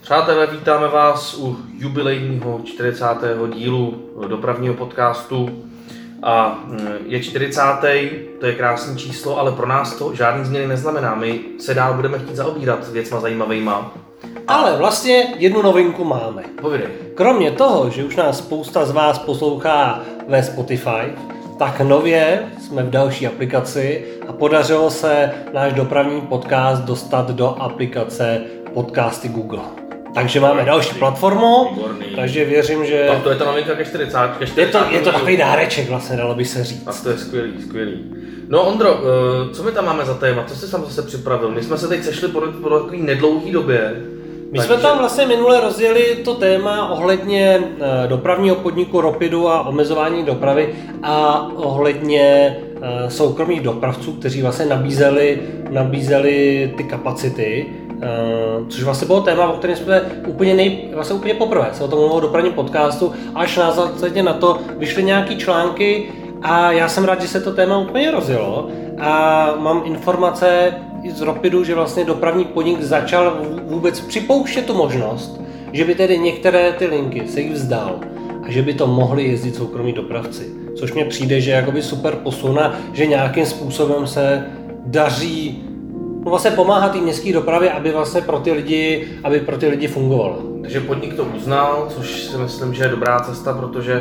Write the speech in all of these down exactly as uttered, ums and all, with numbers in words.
Přátelé, vítáme vás u jubilejního čtyřicátého dílu dopravního podcastu. A je čtyřicátý to je krásné číslo, ale pro nás to žádný změny neznamená. My se dál budeme chtít zaobírat věcma zajímavejma. Ale vlastně jednu novinku máme. Povídej. Kromě toho, že už nás spousta z vás poslouchá ve Spotify, tak nově jsme v další aplikaci a podařilo se náš dopravní podcast dostat do aplikace podcasty Google. Takže máme další platformu, Výborný. Takže věřím, že... Tak to je ta novinka ke čtyřicátce. Je to, je to takový dáreček vlastně, dalo by se říct. Tak to je skvělý, skvělý. No Ondro, co my tam máme za téma? Co jsi tam zase připravil? My jsme se teď sešli po, po takové nedlouhé době. My takže... jsme tam vlastně minule rozjeli to téma ohledně dopravního podniku Ropidu a omezování dopravy a ohledně soukromých dopravců, kteří vlastně nabízeli, nabízeli ty kapacity. Uh, což vlastně bylo téma, o kterém jsme úplně, nej, vlastně úplně poprvé se o tom mluvilo v dopravním podcastu, až následně na to vyšly nějaký články a já jsem rád, že se to téma úplně rozjelo a mám informace z Ropidu, že vlastně dopravní podnik začal vůbec připouštět tu možnost, že by tedy některé ty linky se jich vzdal a že by to mohli jezdit soukromí dopravci, což mně přijde, že je jakoby super posun a že nějakým způsobem se daří no vlastně pomáhat té městské dopravě, aby vlastně pro ty lidi, aby pro ty lidi fungovalo. Takže podnik to uznal, což si myslím, že je dobrá cesta, protože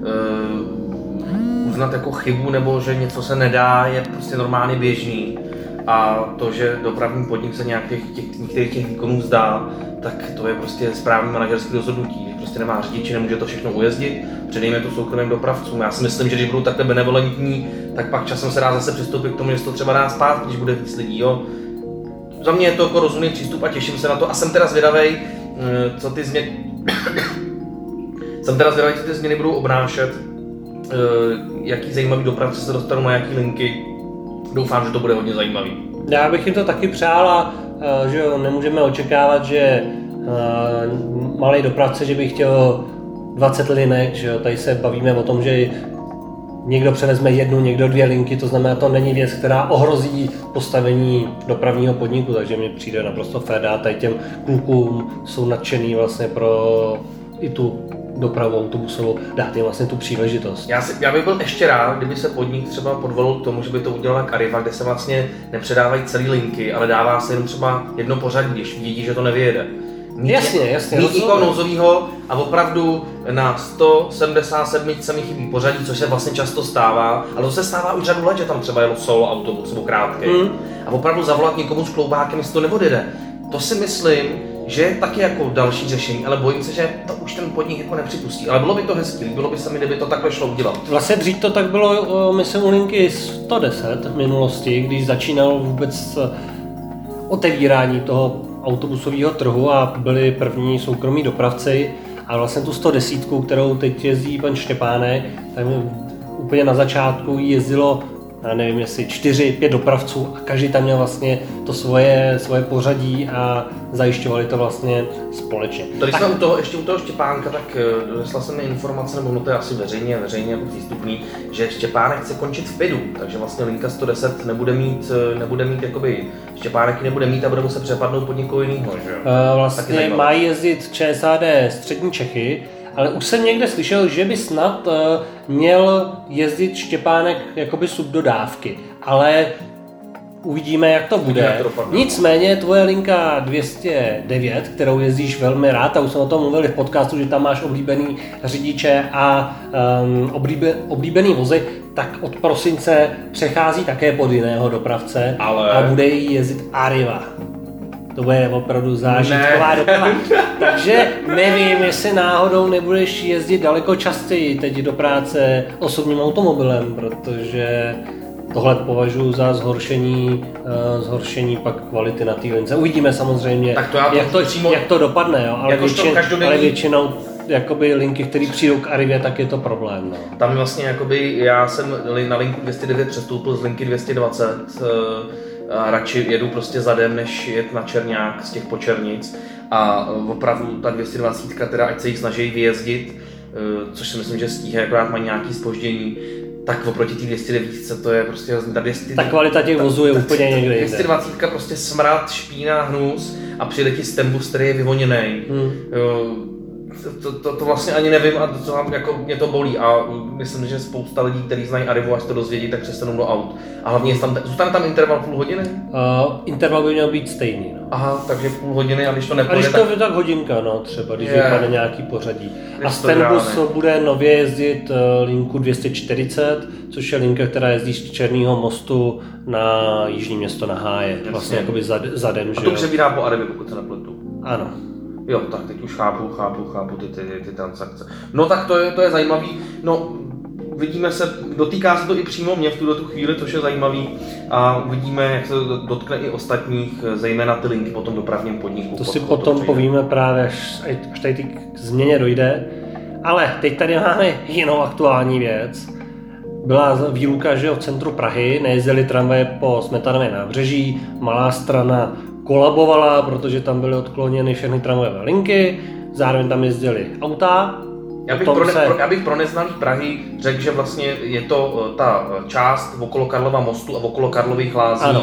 uh, uznat jako chybu nebo že něco se nedá je prostě normálně běžný. A to, že dopravní podnik se nějak těch, těch, některých těch výkonů vzdá, tak to je prostě správný manažerský rozhodnutí. Když prostě nemá řidiče, nemůže to všechno ujezdit, předejme to soukromým dopravcům. Já si myslím, že když budou takhle benevolentní, tak pak časem se dá zase přistoupit k tomu, že se to třeba dá zpátky, když bude víc lidí. Jo? Za mě je to jako rozumný přístup a těším se na to a jsem teda zvědavej, co ty změny jsem teda zvědavej, co ty změny budou obnášet, jaký zajímavý dopravci se dostanou na jaký linky. Doufám, že to bude hodně zajímavý. Já bych jim to taky přál a že jo, nemůžeme očekávat, že malý dopravce, že by chtěl dvacet linek, že jo, tady se bavíme o tom, že někdo převezme jednu, někdo dvě linky, to znamená, to není věc, která ohrozí postavení dopravního podniku, takže mi přijde naprosto fér a tady těm klukům jsou nadšený vlastně pro i tu dopravu autobusovou, dát jim vlastně tu příležitost. Já, si, já bych byl ještě rád, kdyby se podnik třeba podvolil k tomu, že by to udělal jak Arriva, kde se vlastně nepředávají celé linky, ale dává se jenom třeba jedno pořadí, když vidí, že to nevyjede. Mít, jasně, jasně. Mít někoho nouzovýho a opravdu na sto sedmdesát sedm se mi chybí pořadí, což se vlastně často stává, ale to se stává už řadu let, že tam třeba jelo solo autobus nebo krátký. Hmm. A opravdu zavolat někomu s kloubákem, jestli to neodjede. To si myslím, že je taky jako další řešení, ale bojím se, že to už ten podnik jako nepřipustí. Ale bylo by to hezký, bylo by se mi, kdyby to takhle šlo udělat. Vlastně dřív to tak bylo, myslím, u linky sto deset v minulosti, když začínal vůbec otevírání toho autobusového trhu a byli první soukromí dopravci a vlastně tu sto deset, kterou teď jezdí pan Štěpánek, tak úplně na začátku jezdilo, já nevím jestli čtyři, pět dopravců a každý tam měl vlastně to svoje, svoje pořadí a zajišťovali to vlastně společně. Tady jsme u toho, ještě u toho Štěpánka, tak donesla jsem mi informace, nebo no to je asi veřejně, veřejně jako přístupný, že Štěpánek chce končit v P I D U, takže vlastně linka sto deset nebude mít, nebude mít jakoby, Štěpánek nebude mít a bude muset přepadnout pod někoho jiného, že jo? Uh, vlastně má jezdit ČSAD Střední Čechy, ale už jsem někde slyšel, že by snad uh, měl jezdit Štěpánek jakoby subdodávky, ale uvidíme, jak to bude. Jak to Nicméně tvoje linka dvě stě devět, kterou jezdíš velmi rád, a už jsme o tom mluvili v podcastu, že tam máš oblíbený řidiče a um, oblíbe, oblíbený vozy, tak od prosince přechází také pod jiného dopravce, ale... a bude jí jezdit Arriva. To bude opravdu zážitková doprava. Takže nevím, jestli náhodou nebudeš jezdit daleko častěji teď do práce osobním automobilem, protože tohle považuji za zhoršení, uh, zhoršení pak kvality na té lince. Uvidíme samozřejmě, tak to to jak, to, přímo, jak to dopadne, jo? Ale, jako většin, každodenní... ale většinou jakoby linky, které přijdou k Arrivě, tak je to problém. No. Tam vlastně jakoby, já jsem na linku dvě stě devět přestoupil z linky dvě stě dvacet, a radši jedu prostě zadem, než jet na Černák z těch Počernic a opravdu ta dvě stě dvacet, teda ať se jich snaží vyjezdit, což si myslím, že stíhají, akorát mají nějaké zpoždění, tak oproti té dvě stě devět to je prostě... Ta, dvě stě, ta kvalita těch vozů je ta, úplně někde dvě stě dvacet prostě smrad, špína, hnus a přijde ti stembus, který je vyvoněný. Hmm. To, to, to vlastně ani nevím a to, jako, mě to bolí a myslím, že spousta lidí, kteří znají Arrivu, až to dozvědí, tak přestanou do aut. A hlavně tam, zůstane tam interval půl hodiny? Uh, interval by měl být stejný. No. Aha, takže půl hodiny a když to nepůjde, a když to tak... tak hodinka, no třeba, když yeah. vypadne nějaký pořadí. A Stembus bude nově jezdit uh, linku dvě stě čtyřicet, což je linka, která jezdí z Černého mostu na Jižní Město na Háje. Jasně. Vlastně jakoby zad, zadem, a to přebírá po Arrivě, pokud se nepletu. Ano. Jo, tak teď už chápu, chápu, chápu ty, ty, ty transakce. No tak to je, to je zajímavý, no vidíme se, dotýká se to i přímo mě v tuto tu chvíli, což je zajímavý a uvidíme, jak se to dotkne i ostatních, zejména ty linky po tom dopravním podniku. To si potom to povíme právě, až, až tady k změně dojde, ale teď tady máme jinou aktuální věc. Byla výluka, že v centru Prahy nejezdily tramvaje po Smetanově nábřeží, Malá Strana kolabovala, protože tam byly odkloněny všechny tramvajové linky, zároveň tam jezdily auta. Já bych, pro, ne, se... pro, já bych pro neznalý Prahy řekl, že vlastně je to ta část okolo Karlova mostu a okolo Karlových lází ano.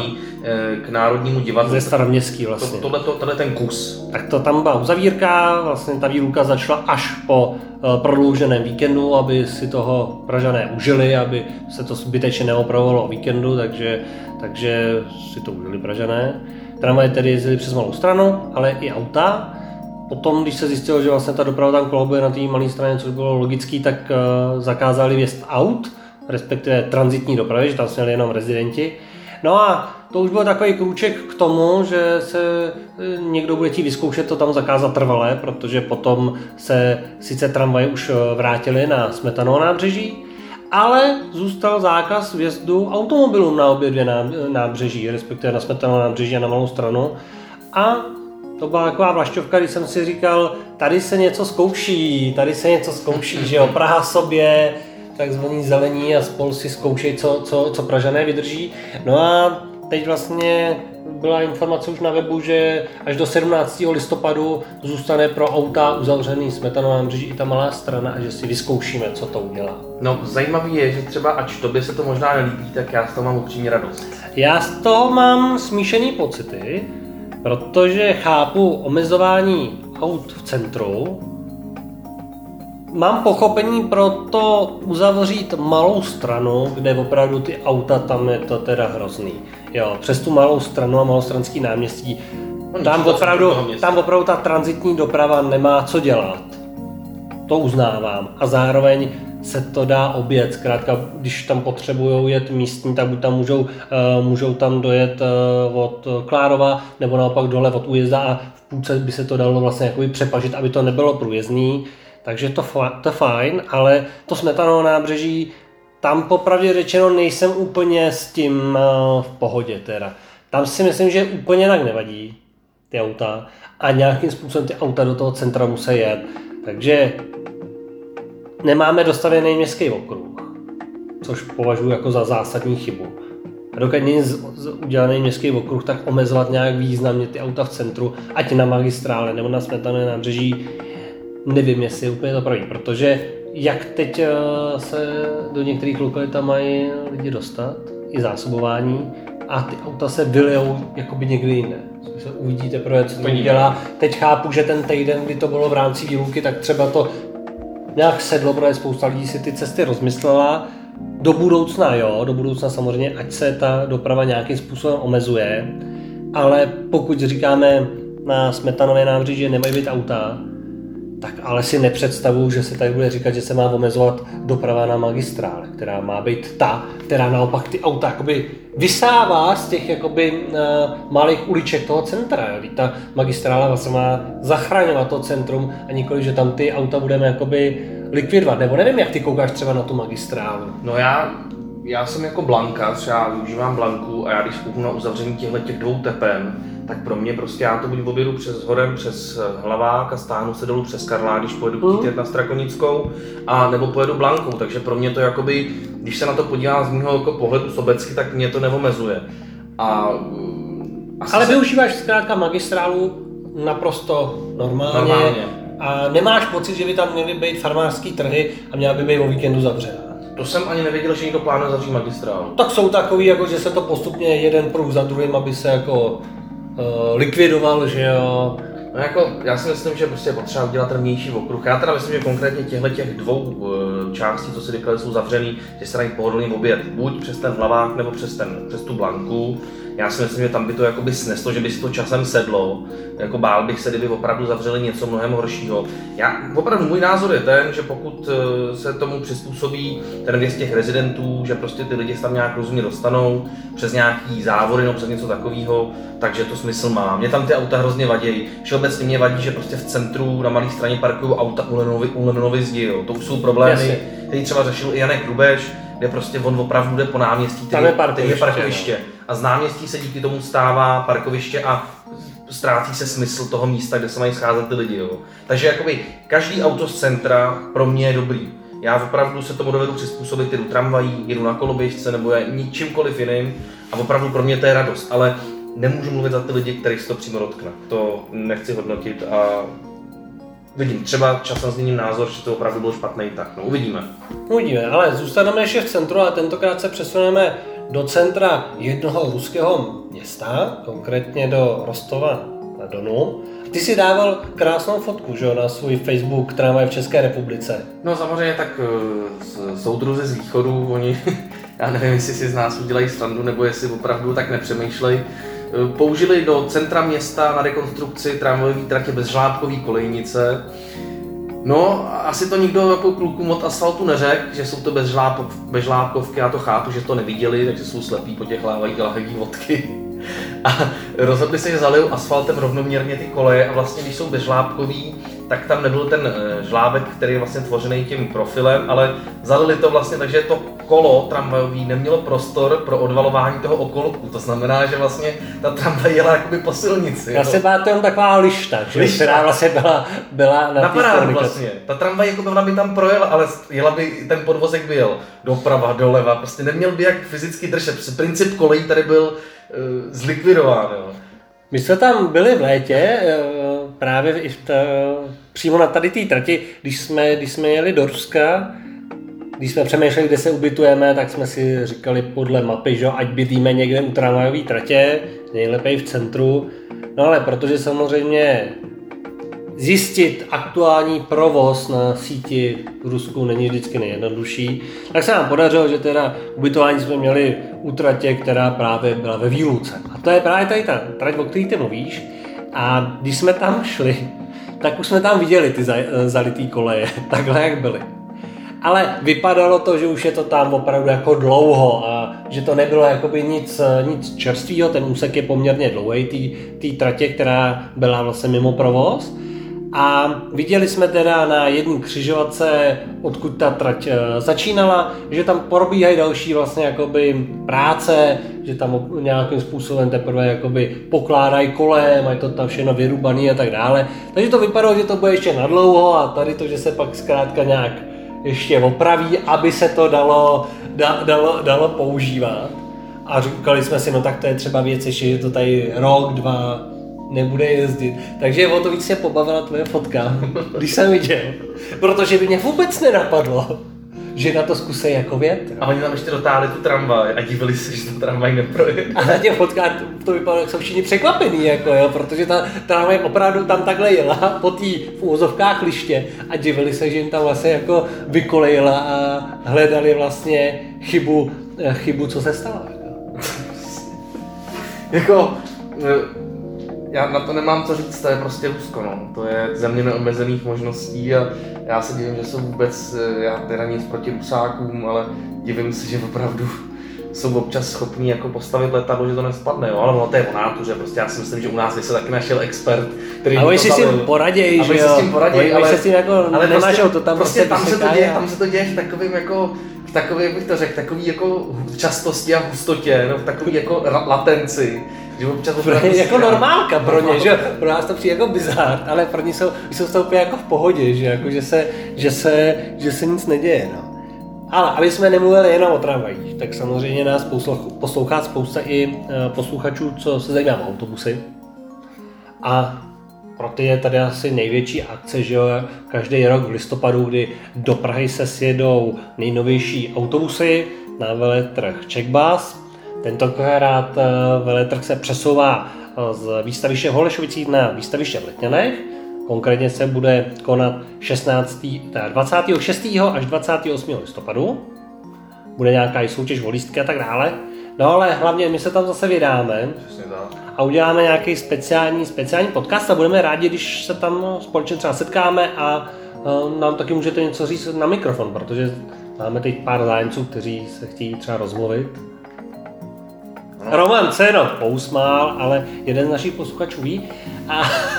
K Národnímu divadlu. Ze Staroměstský vlastně. To, tohle, tohle ten kus. Tak to tam byla uzavírka, vlastně ta výluka začala až po prodlouženém víkendu, aby si toho Pražané užili, aby se to zbytečně neopravovalo o víkendu, takže, takže si to užili Pražané. Tramvaje tedy jezdili přes Malou Stranu, ale i auta. Potom, když se zjistilo, že vlastně ta doprava tam kolabuje na té Malé Straně, což bylo logický, tak uh, zakázali vjezd aut, respektive tranzitní dopravy, že tam jsme jenom rezidenti. No a to už byl takový krůček k tomu, že se někdo bude chtít vyzkoušet to tam zakázat trvale, protože potom se sice tramvaje už vrátily na Smetanovo nábřeží, ale zůstal zákaz vjezdu automobilům na obě dvě nábřeží, respektive na Smetanovo nábřeží a na Malou Stranu. A to byla taková vlašťovka, když jsem si říkal, tady se něco zkouší, tady se něco zkouší, že jo, Praha sobě, takzvaný zelení a spol si zkoušej, co, co, co Pražané vydrží. No a teď vlastně byla informace už na webu, že až do sedmnáctého listopadu zůstane pro auta uzavřený Smetanova nábřeží i ta Malá Strana a že si vyzkoušíme, co to udělá. No zajímavý je, že třeba ač tobě se to možná nelíbí, tak já z toho mám upřímně radost. Já z toho mám smíšený pocity, protože chápu omezování aut v centru. Mám pochopení pro to uzavřít Malou Stranu, kde opravdu ty auta, tam je to teda hrozný. Jo, přes tu Malou Stranu a Malostranský náměstí, tam opravdu, tam opravdu ta tranzitní doprava nemá co dělat. To uznávám. A zároveň se to dá objet. Zkrátka, když tam potřebují jet místní, tak buď tam můžou, uh, můžou tam dojet uh, od Klárova, nebo naopak dole od Újezda a v půlce by se to dalo vlastně jakoby přepažit, aby to nebylo průjezdný. Takže to, to fajn, ale to Smetanovo nábřeží, tam popravdě řečeno nejsem úplně s tím uh, v pohodě teda. Tam si myslím, že úplně tak nevadí ty auta a nějakým způsobem ty auta do toho centra musí jet. Takže nemáme dostavěný městský okruh, což považuji jako za zásadní chybu. A dokud není udělaný městský okruh, tak omezovat nějak významně ty auta v centru, ať na magistrále nebo na Smetanově nábřeží, nevím, jestli je úplně to pravý, protože jak teď se do některých lokalit tam mají lidi dostat, i zásobování, a ty auta se vylijou jakoby někdy jinde. Se uvidíte, proč co to dělá. Teď chápu, že ten týden, kdy to bylo v rámci výluky, tak třeba to nějak sedlo, protože spousta lidí si ty cesty rozmyslela. Do budoucna jo, do budoucna samozřejmě, ať se ta doprava nějakým způsobem omezuje, ale pokud říkáme na Smetanově nábřeží, že nemají být auta, tak ale si nepředstavuju, že se tady bude říkat, že se má omezovat doprava na magistrále, která má být ta, která naopak ty auta jakoby vysává z těch jakoby uh, malých uliček toho centra. Jo. Ta magistrála vlastně má zachraňovat to centrum a nikoli, že tam ty auta budeme jakoby likvidovat. Nebo nevím, jak ty koukáš třeba na tu magistrálu. No já, já jsem jako blankař, já využívám blanku a já když kouknu na uzavření těchto těch dvou tepen, tak pro mě prostě já to buď objedu přes Horem, přes Hlavák a stáhnu se dolů přes Karlá, když pojedu chtít jet na Strakonickou, a nebo pojedu blankou, takže pro mě to jakoby, když se na to podívám z mého jako pohledu sobecky, tak mě to neomezuje. A, ale se... využíváš zkrátka magistrálu naprosto normálně, normálně a nemáš pocit, že by tam měly být farmářský trhy a měla by být o víkendu zavřená. To jsem ani nevěděl, že někdo plánuje zavřít magistrálu. Tak jsou takový, jako že se to postupně jeden pruh za druhým, aby se jako likvidoval, že jo. No jako, já si myslím, že prostě je potřeba udělat ten vnější okruh. Já teda myslím, že konkrétně těchto těch dvou uh, částí, co si říkali, jsou zavřený, že se dají pohodlný oběd buď přes ten hlavák nebo přes, ten, přes tu blanku. Já si myslím, že tam by to jakoby sneslo, že by si to časem sedlo. Jako bál bych se, kdyby opravdu zavřeli něco mnohem horšího. Já, opravdu můj názor je ten, že pokud se tomu přizpůsobí ten věc těch rezidentů, že prostě ty lidi se tam nějak rozumně dostanou přes nějaký závory nebo přes něco takového, takže to smysl má. Mě tam ty auta hrozně vadí. Všeobecně mě vadí, že prostě v centru na malé straně parkují auta u Lenonovy, u Lenonovy zdi. Jo. To už jsou problémy, který třeba řešil i Janek Rubeš, kde prostě on opravdu jde po náměstí, tam je parkoviště, parkoviště. A z náměstí se díky tomu stává parkoviště a ztrácí se smysl toho místa, kde se mají scházet ty lidi. Jo. Takže jakoby každý auto z centra pro mě je dobrý. Já opravdu se tomu dovedu přizpůsobit, jedu tramvají, jedu na koloběžce nebo je ničímkoliv jiným a opravdu pro mě to je radost. Ale nemůžu mluvit za ty lidi, kterých se to přímo dotkne. To nechci hodnotit a vidím, třeba časem změním názor, že to opravdu byl špatný tak, no uvidíme. Uvidíme, ale zůstaneme ještě v centru a tentokrát se přesuneme do centra jednoho ruského města, konkrétně do Rostova na Donu. Ty si dával krásnou fotku, že, na svůj Facebook tramvaj v České republice. No samozřejmě tak soudruzi z východu, oni, já nevím, jestli si z nás udělají srandu, nebo jestli opravdu tak nepřemýšlej, použili do centra města na rekonstrukci tramvajové tratě bezžlábkové kolejnice. No, asi to nikdo jako klukům od asfaltu neřekl, že jsou to bezžlábkovky, já to chápu, že to neviděli, takže jsou slepí po těch lahví vodky. A rozhodli se, že zalijou asfaltem rovnoměrně ty koleje a vlastně, když jsou bezžlábkový, tak tam nebyl ten žlábek, který je vlastně tvořený tím profilem, ale zalili to vlastně, takže to kolo tramvajový nemělo prostor pro odvalování toho okolku. To znamená, že vlastně ta tramvaj jela jakoby po silnici. Já se báte taková lišta, že? Lišta. Která vlastně byla, byla na, na parádu vlastně. Ta tramvaj jako by, by tam projela, ale jela by, ten podvozek by jel doprava, doleva, prostě neměl by jak fyzicky držet. Princip kolejí tady byl uh, zlikvidován. Jo. My jsme tam byli v létě, právě i v ta, přímo na tady té trati, když jsme, když jsme jeli do Ruska, když jsme přemýšleli, kde se ubytujeme, tak jsme si říkali podle mapy, že ať bydlíme někde u tramvajové tratě, nejlépe v centru. No ale protože samozřejmě zjistit aktuální provoz na síti v Rusku není vždycky nejjednodušší, tak se nám podařilo, že teda ubytování jsme měli u tratě, která právě byla ve Výluce. A to je právě tady ta trať, o který ty mluvíš. A když jsme tam šli, tak už jsme tam viděli ty zalitý koleje, takhle jak byly. Ale vypadalo to, že už je to tam opravdu jako dlouho a že to nebylo jakoby nic, nic čerstvého. Ten úsek je poměrně dlouhý, té tratě, která byla vlastně mimo provoz. A viděli jsme teda na jedné křižovatce, odkud ta trať začínala, že tam probíhají další vlastně jakoby práce, že tam nějakým způsobem teprve jakoby pokládají kole, mají to tam všechno vyrubaný a tak dále. Takže to vypadalo, že to bude ještě nadlouho a tady to, že se pak zkrátka nějak ještě opraví, aby se to dalo, da, dalo, dalo používat. A říkali jsme si, no tak to je třeba věc ještě, že to tady rok, dva nebude jezdit. Takže o to víc se pobavila tvoje fotka, když jsem viděl. Protože by mě vůbec nenapadlo, že na to zkusej jako větr. A oni tam ještě dotáhli tu tramvaj a divili se, že to tramvaj neprojede. A na těch fotkách to vypadalo, jak jsou všichni překvapený, jako jo, protože ta tramvaj opravdu tam takhle jela po té v úvozovkách liště a divili se, že jim tam vlastně jako vykolejila a hledali vlastně chybu, chybu, co se stalo. Jako, já na to nemám co říct, to je prostě Rusko, no. To je země neomezených možností a já se divím, že jsou vůbec, já teda nic proti Rusákům, ale divím se, že opravdu jsou občas schopní jako postavit letadlo, že to nespadne, jo. Ale ono to je o nátuře, prostě já si myslím, že u nás by se taky našel expert, který a oni si s tím poradějí, že jo. A s tím poradějí, ale, se s tím jako ale prostě, to tam prostě tam se to děje, tam se to děje v takovým jako v takový, jak bych to řekl, takový jako častosti a hustotě, no, v takový jako latenci. Že občas jako normálka pro ně, že pro nás to přijde jako bizár, ale pro ně jsou, jsou to úplně jako v pohodě, že, jako, že, se, že, se, že se nic neděje. No. Ale aby jsme nemluvili jenom o tramvajích, tak samozřejmě nás poslouchá spousta i posluchačů, co se zajímá o autobusy. A pro ty je tady asi největší akce, že jo, každý rok v listopadu, kdy do Prahy se sjedou nejnovější autobusy na veletrh CzechBus. Tentokrát veletrh se přesouvá z výstaviště v Holešovicích na výstaviště v Letňanech. Konkrétně se bude konat šestnáctého dvacátého šestého až dvacátého osmého listopadu. Bude nějaká i soutěž o lístky a tak dále. No ale hlavně my se tam zase vydáme a uděláme nějaký speciální, speciální podcast a budeme rádi, když se tam společně třeba setkáme a uh, nám taky můžete něco říct na mikrofon, protože máme teď pár zájemců, kteří se chtějí třeba rozmluvit. No. Roman se jenom pousmál, ale jeden z našich posluchačů ví. A,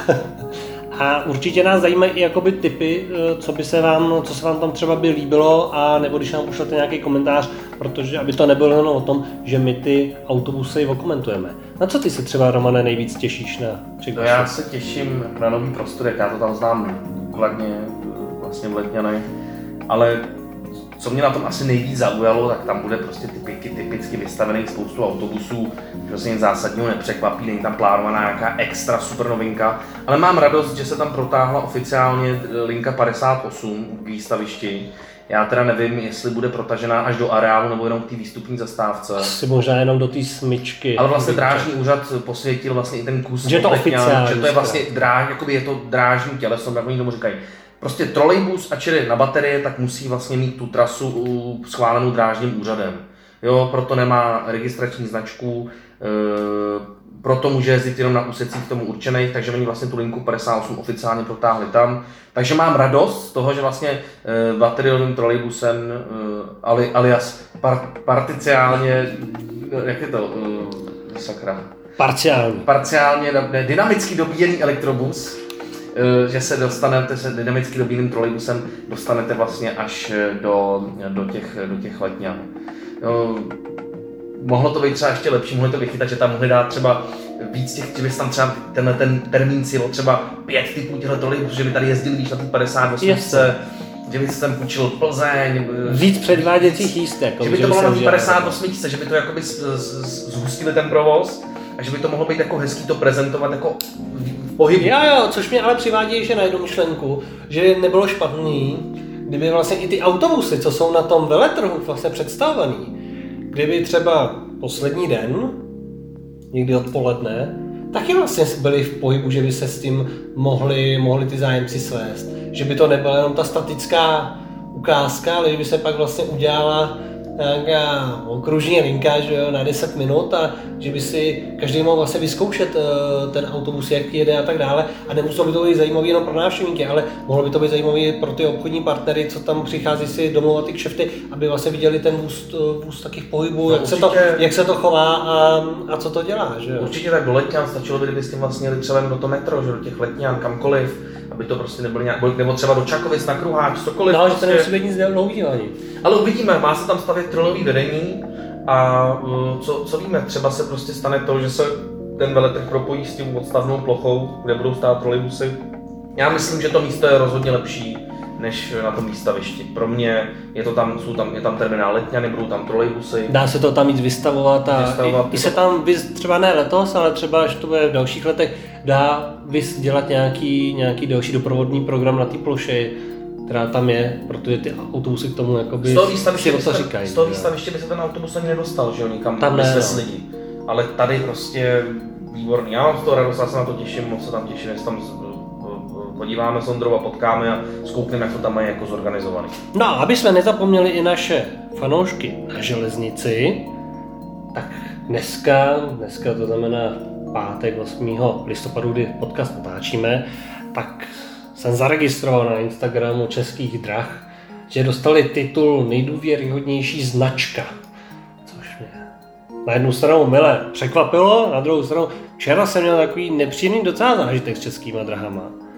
a určitě nás zajímají i jakoby tipy, co by se vám, co se vám tam třeba by líbilo, a nebo když nám pošlete nějaký komentář, protože aby to nebylo jenom o tom, že my ty autobusy okomentujeme. Na co ty se třeba, Romane, nejvíc těšíš na no já se těším na nový prostorek, já to tam znám důkladně, vlastně v Letňanech, ale co mě na tom asi nejvíc zaujalo, tak tam bude prostě typicky, typicky vystavených spoustu autobusů, že se nic zásadního nepřekvapí, není tam plánovaná nějaká extra super novinka, ale mám radost, že se tam protáhla oficiálně linka padesát osm k výstavišti. Já teda nevím, jestli bude protažená až do areálu nebo jenom k té výstupní zastávce. Asi možná jenom do té smyčky. Ale vlastně drážní úřad posvětil vlastně i ten kus. Že to oficiálně. Že to je vlastně dráž, jakoby je to drážní těleso, jak oni tomu říkají. Prostě trolejbus a čili na baterie, tak musí vlastně mít tu trasu schválenou drážním úřadem. Jo, proto nemá registrační značku, e, proto může jezdit jenom na úsecích k tomu určených, takže oni vlastně tu linku padesát osm oficiálně protáhli tam. Takže mám radost z toho, že vlastně e, bateriovým trolejbusem, e, ali, alias par, particiálně, jak je to, e, sakra? Parciálně. Parciálně, ne, dynamicky dobíjený elektrobus, že se dostanete se dynamicky dobíjeným trolejbusem dostanete vlastně až do, do těch, do těch Letňan. Jo, mohlo to být třeba ještě lepší, mohli to vychytat, že tam mohli dát třeba víc těch, že bys tam třeba tenhle ten termín cíl, třeba pět typů těchto trolejbusů, že by tady jezdili víš na té padesát osm, že by se tam půjčil Plzeň. Víc předváděcích jístek. Že by to bylo na té padesát osm, že by to jakoby zhustili ten provoz a že by to mohlo být jako hezký to prezentovat jako pohybu. Jo, jo, což mě ale přivádí ještě na jednu myšlenku, že nebylo špatný, kdyby vlastně i ty autobusy, co jsou na tom veletrhu vlastně představovaný, kdyby třeba poslední den, někdy odpoledne, taky vlastně byli v pohybu, že by se s tím mohli, mohli ty zájemci svést. Že by to nebyla jenom ta statická ukázka, ale že by se pak vlastně udělala nějaká okružní linka, že jo, na deset minut a že by si každý mohl vlastně vyzkoušet uh, ten autobus, jak jede a tak dále. A nemuselo by to být zajímavý jenom pro návštěvníky, ale mohlo by to být zajímavý pro ty obchodní partnery, co tam přichází si domluvat ty kšefty, aby vlastně viděli ten vůz, vůz takých pohybů, no, jak, se to, jak se to chová a, a co to dělá. Že jo? Určitě tak do Letňan stačilo by, kdyby s tím vlastně jeli třeba do toho metro, že do těch Letňan, kamkoliv, aby to prostě nebylo nějak, nebo třeba do Čakovic na Kruháč, cokoliv. No, že to nemusí být nic dlouhého ani. Ale uvidíme, má se tam stavět trolejové vedení a co, co víme, třeba se prostě stane to, že se ten veletrh propojí s tím odstavnou plochou, kde budou stát trolejbusy. Já myslím, že to místo je rozhodně lepší než na tom výstavišti. Pro mě je to tam, jsou tam, je tam terminál Letňany, budou tam trolejbusy. Dá se to tam víc vystavovat a vystavovat, i, i se tam vys, třeba ne letos, ale třeba až to bude v dalších letech, dá vys dělat nějaký, nějaký další doprovodný program na té ploše, která tam je, protože ty autobusy k tomu jakoby z toho výstaviště si to říkají. Z toho výstaviště by se ten autobus ani nedostal, že jo, nikam tam ne, no. Lidi. Ale tady prostě výborný, já mám z toho radost, já se na to těším, moc se tam těším, jestli tam podíváme s Ondrou a potkáme a zkoukneme, jak to tam mají jako zorganizovaný. No, aby jsme nezapomněli i naše fanoušky na železnici, tak dneska, dneska to znamená pátek osmého listopadu, kdy podcast natáčíme, tak jsem zaregistroval na Instagramu Českých drah, že dostali titul nejdůvěryhodnější značka, což mě na jednu stranu mile překvapilo, na druhou stranu včera jsem měl takový nepříjemný docela zážitek s Českýma drahama.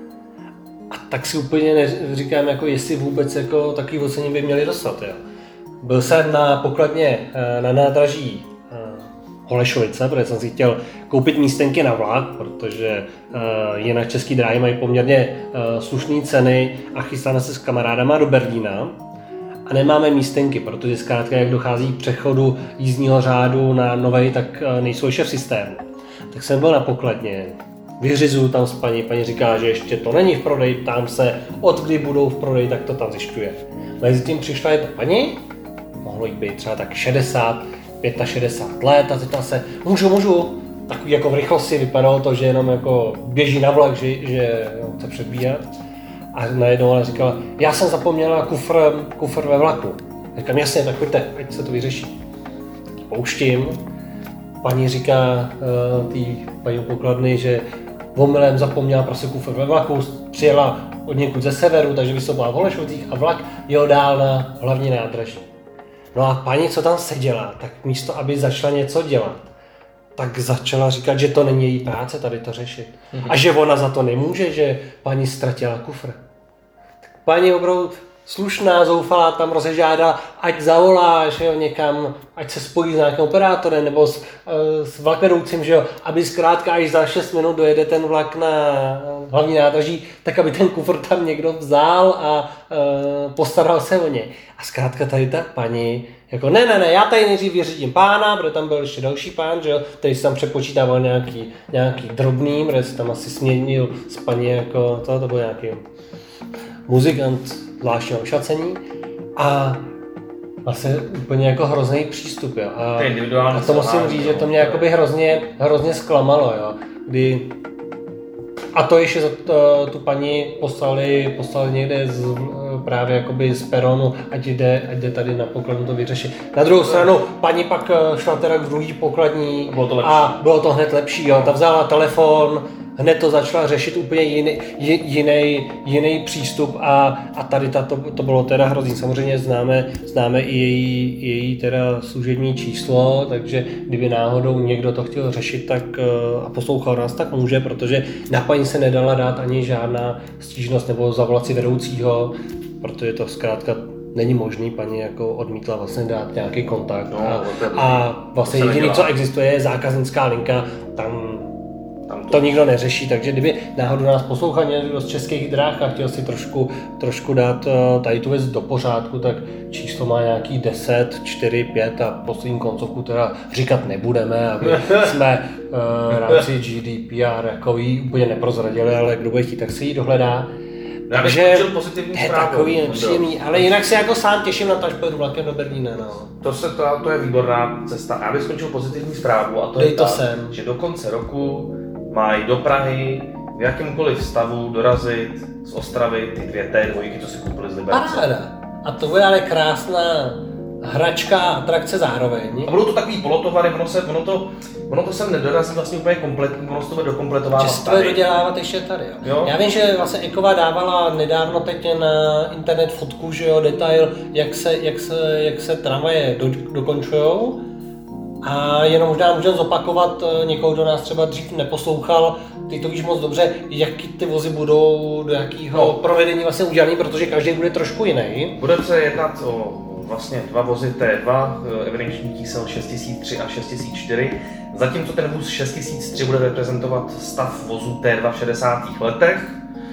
A tak si úplně říkám, jako jestli vůbec jako takový ocenění by měli dostat. Jo. Byl jsem na pokladně na nádraží Holešovice, protože jsem si chtěl koupit místenky na vlak, protože uh, jinak Český dráhy mají poměrně uh, slušné ceny a chystáme se s kamarádama do Berlína a nemáme místenky, protože zkrátka jak dochází k přechodu jízdního řádu na novej, tak uh, nejsou ještě v systému. Tak jsem byl na pokladně, vyřizuju tam s paní, paní říká, že ještě to není v prodeji, ptám se, od kdy budou v prodeji, tak to tam zjišťuje. Mezi tím přišla je ta paní, mohlo jí být třeba tak šedesát, šedesát pět let a zeptal se, můžu, můžu, takový jako v rychlosti, vypadalo to, že jenom jako běží na vlak, že, že chce předbíhat. A najednou ona říkala, já jsem zapomněla kufr, kufr ve vlaku. Říkám, jasně, tak pojďte, ať se to vyřeší. Pouštím. Paní říká uh, tý paní pokladny, že omylem zapomněla prostě kufr ve vlaku, přijela od někud ze severu, takže vystoupila v Holešovicích a vlak jel dál na hlavní nádraží. No a paní, co tam seděla, tak místo, aby začala něco dělat, tak začala říkat, že to není její práce tady to řešit. Mm-hmm. A že ona za to nemůže, že paní ztratila kufr. Tak paní opravdu slušná, zoufalá, tam rozežádá, ať zavolá, že jo, někam, ať se spojí s nějakým operátorem nebo s, s vlakvedoucím, že jo, aby zkrátka až za šest minut dojede ten vlak na hlavní nádraží, tak aby ten kufr tam někdo vzal a e, postaral se o ně. A zkrátka tady ta paní, jako ne, ne, ne, já tady nejdřív vyřídím pána, protože tam byl ještě další pán, že jo, který si tam přepočítával nějaký, nějaký drobný, protože si tam asi směnil s paní jako, to, to byl nějaký muzikant zvláštního ošacení a vlastně úplně jako hrozný přístup, jo. A, a to musím říct, že to mě jakoby hrozně, hrozně zklamalo, jo. Kdy a to ještě za to, tu paní poslali, poslali někde z, právě jakoby z peronu, ať jde, ať jde tady na pokladnu to vyřešit. Na druhou stranu paní pak šla teda k druhý pokladní bylo to a bylo to hned lepší, jo. Ta vzala telefon, hned to začala řešit úplně jiný, jiný, jiný přístup a, a tady ta, to, to bylo teda hrozný. Samozřejmě známe, známe i její, její teda služební číslo, takže kdyby náhodou někdo to chtěl řešit tak, a poslouchal nás, tak může, protože na paní se nedala dát ani žádná stížnost nebo zavolat si vedoucího, protože to zkrátka není možný, paní jako odmítla vlastně dát nějaký kontakt. No, a, a vlastně jediné, co existuje, je zákaznická linka, tam to. to nikdo neřeší, takže kdyby náhodou nás poslouchal někdo z Českých drah a chtěl si trošku, trošku dát tady tu věc do pořádku, tak číslo má nějaký deset, čtyři, pět a poslední koncovku teda říkat nebudeme, aby jsme v rámci G D P R jako jí úplně neprozradili, ale kdo bude chtít, tak si ji dohledá. Já bych skončil pozitivní je takový nepříjemný, ale jinak se jako sám těším na to, až pojedu vlakem do Berlína. No. To, se, to, to je výborná cesta. Já bych skončil pozitivní zprávu a to Dej je to ta, sem. že do konce roku mají do Prahy v jakýmkoliv stavu dorazit z Ostravy ty dvě té dvojky, co si koupili z Liberce. Paráda. A to bude ale krásná hračka a atrakce zároveň. A budou to takový polotovary, ono, se, ono, to, ono to sem nedorazí vlastně úplně kompletní, ono se to bude dokompletovávat tady. Že se to bude dodělávat ještě tady, jo. jo. Já vím, že vlastně Ekova dávala nedávno teď na internet fotku, že jo, detail, jak se, jak se, jak se tramvaje do, dokončujou. A jenom možná můžeme zopakovat někoho, kdo nás třeba dřív neposlouchal, ty to víš moc dobře, jaký ty vozy budou, do jakého no. provedení vlastně udělaný, protože každý bude trošku jiný. Bude se jednat o vlastně dva vozy T dva, evidenční čísel šest tisíc tři a šest tisíc čtyři, zatímco ten vůz šest tisíc tři bude reprezentovat stav vozu T dva v šedesátých letech,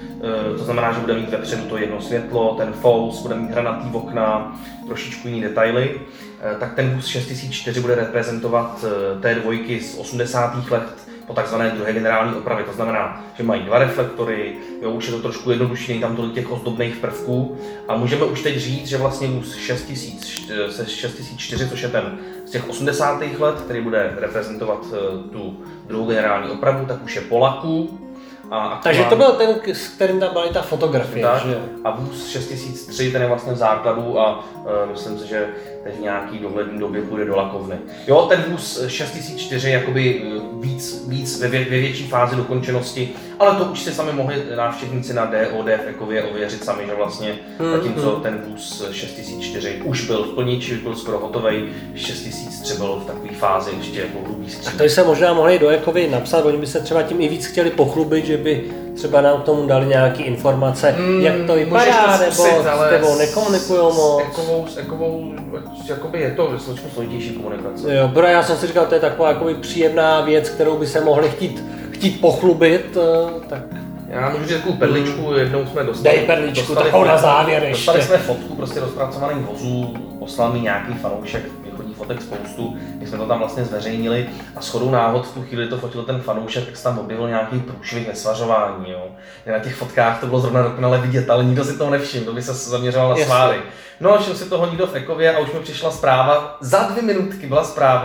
to znamená, že bude mít vepředu to jedno světlo, ten fous, bude mít hranatý okna, trošičku jiný detaily, tak ten vůz šest tisíc čtyři bude reprezentovat T dva z osmdesátých let po takzvané druhé generální opravě. To znamená, že mají dva reflektory, jo, už je to trošku jednodušší, není tam tolik těch ozdobných prvků a můžeme už teď říct, že vlastně vůz šest tisíc čtyři, což je ten z těch osmdesátých let, který bude reprezentovat tu druhou generální opravu, tak už je po laku. A takže to byl ten, s kterým tam byla ta fotografie, tak, že? A vůz šest tisíc tři, ten je vlastně v základu a uh, myslím si, že teď v nějaký dohledný době půjde do lakovny. Jo, ten vůz šest tisíc čtyři je jakoby víc, víc ve, vě, ve větší fázi dokončenosti, ale to už si sami mohli návštěvníci na D O D v Ekově ověřit sami, že vlastně zatímco ten vůz šest tisíc čtyři už byl v plniči, už byl skoro hotovej, šest tisíc tři byl v takové fázi ještě jako hrubý skříň. A to se možná mohli do Ekovy napsat, oni by se třeba tím i víc chtěli pochlubit, že by třeba nám k tomu dali nějaké informace, hmm, jak to vypadá, nebo s tebou nekomunikujou moc. S Ekovou, s Ekovou jakoby je to složku složitější komunikace. Jo, protože já jsem si říkal, to je taková jakoby příjemná věc, kterou by se mohli chtít, chtít pochlubit, tak... Já můžu říct takovou perličku, jednou jsme dostali... Dej perličku, takovou na závěr ještě. Dostali jsme fotku prostě rozpracovaných vozů, poslal mi nějaký fanoušek, chodí fotek spoustu, my jsme to tam vlastně zveřejnili a shodou náhod v tu chvíli to fotil ten fanoušek, tak se tam objevil nějaký průšvih ve svařování, jo. Na těch fotkách to bylo zrovna dokonale vidět, ale nikdo si toho nevšiml, to by se zaměřoval na sváry. No, všiml si toho nikdo v Ekově a už mi přišla zpráva, za dvě minutky byla zpráva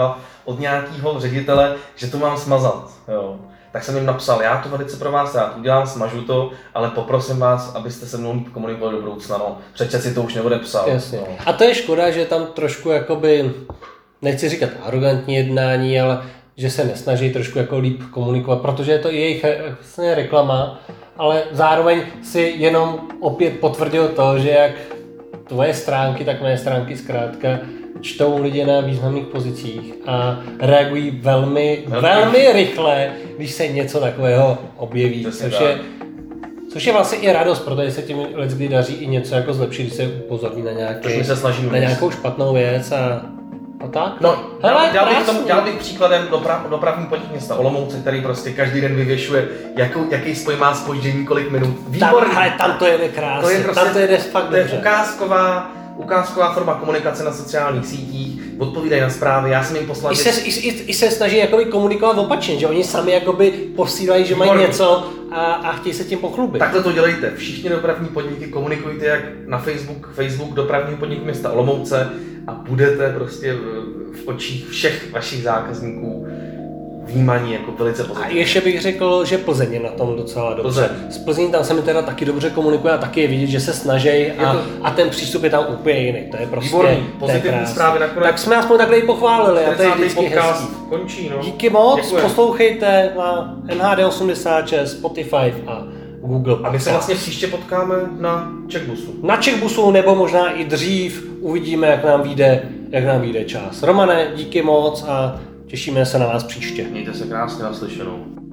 od nějakého ředitele, že to mám smazat. Jo. Tak jsem jim napsal, já to velice pro vás rád udělám, smažu to, ale poprosím vás, abyste se mnou komunikovali do budoucna. No. Přečet si to už neodepsal. Jasně. No. A to je škoda, že tam trošku jakoby, nechci říkat arrogantní jednání, ale že se nesnaží trošku jako líp komunikovat, protože je to i jejich vlastně reklama, ale zároveň si jenom opět potvrdil to, že jak tvoje stránky, tak moje stránky zkrátka čtou lidi na významných pozicích a reagují velmi, velmi, velmi rychle, když se něco takového objeví, což je, což je vlastně i radost, protože se tím leckdy daří i něco jako zlepšit, když se upozorní na, nějaký, se na nějakou špatnou věc a, a tak. No, hele, dal, bych tomu, dal bych příkladem doprav, dopravní podnik města Olomouce, který prostě každý den vyvěšuje, jakou, jaký spoj má zpoždění, kolik minut. Výborný. Tam, ale tam to jede krásně, to je prostě, tam to jede fakt to je dobře. ukázková, ukázková forma komunikace na sociálních sítích, odpovídají na zprávy, já jsem jim poslal... I se, i, i, i se snaží jakoby komunikovat opačně, že oni sami jakoby posílají, že mají něco a, a chtějí se tím pochlubit. Takhle to dělejte. Všichni dopravní podniky komunikujte jak na Facebook, Facebook dopravního podniku města Olomouce a budete prostě v, v očích všech vašich zákazníků vnímaní jako velice pozitivní. A ještě bych řekl, že Plzeň je na tom docela dobře. Plzeň. Z Plzeň tam se mi teda taky dobře komunikuje a taky je vidět, že se snaží a, to... a ten přístup je tam úplně jiný. To je prostě výborný, pozitivní zprávy nakonec. Tak jsme aspoň takhle i pochválili a to je vždycky hezký. Končí, no. Díky moc, Děkujem. Poslouchejte na N H D osmdesát šest, Spotify a Google. A my se vlastně příště potkáme na Checkbusu. Na Checkbusu nebo možná i dřív, uvidíme, jak nám vyjde, jak nám vyjde čas. Romane, díky moc a těšíme se na vás příště. Mějte se krásně, naslyšenou.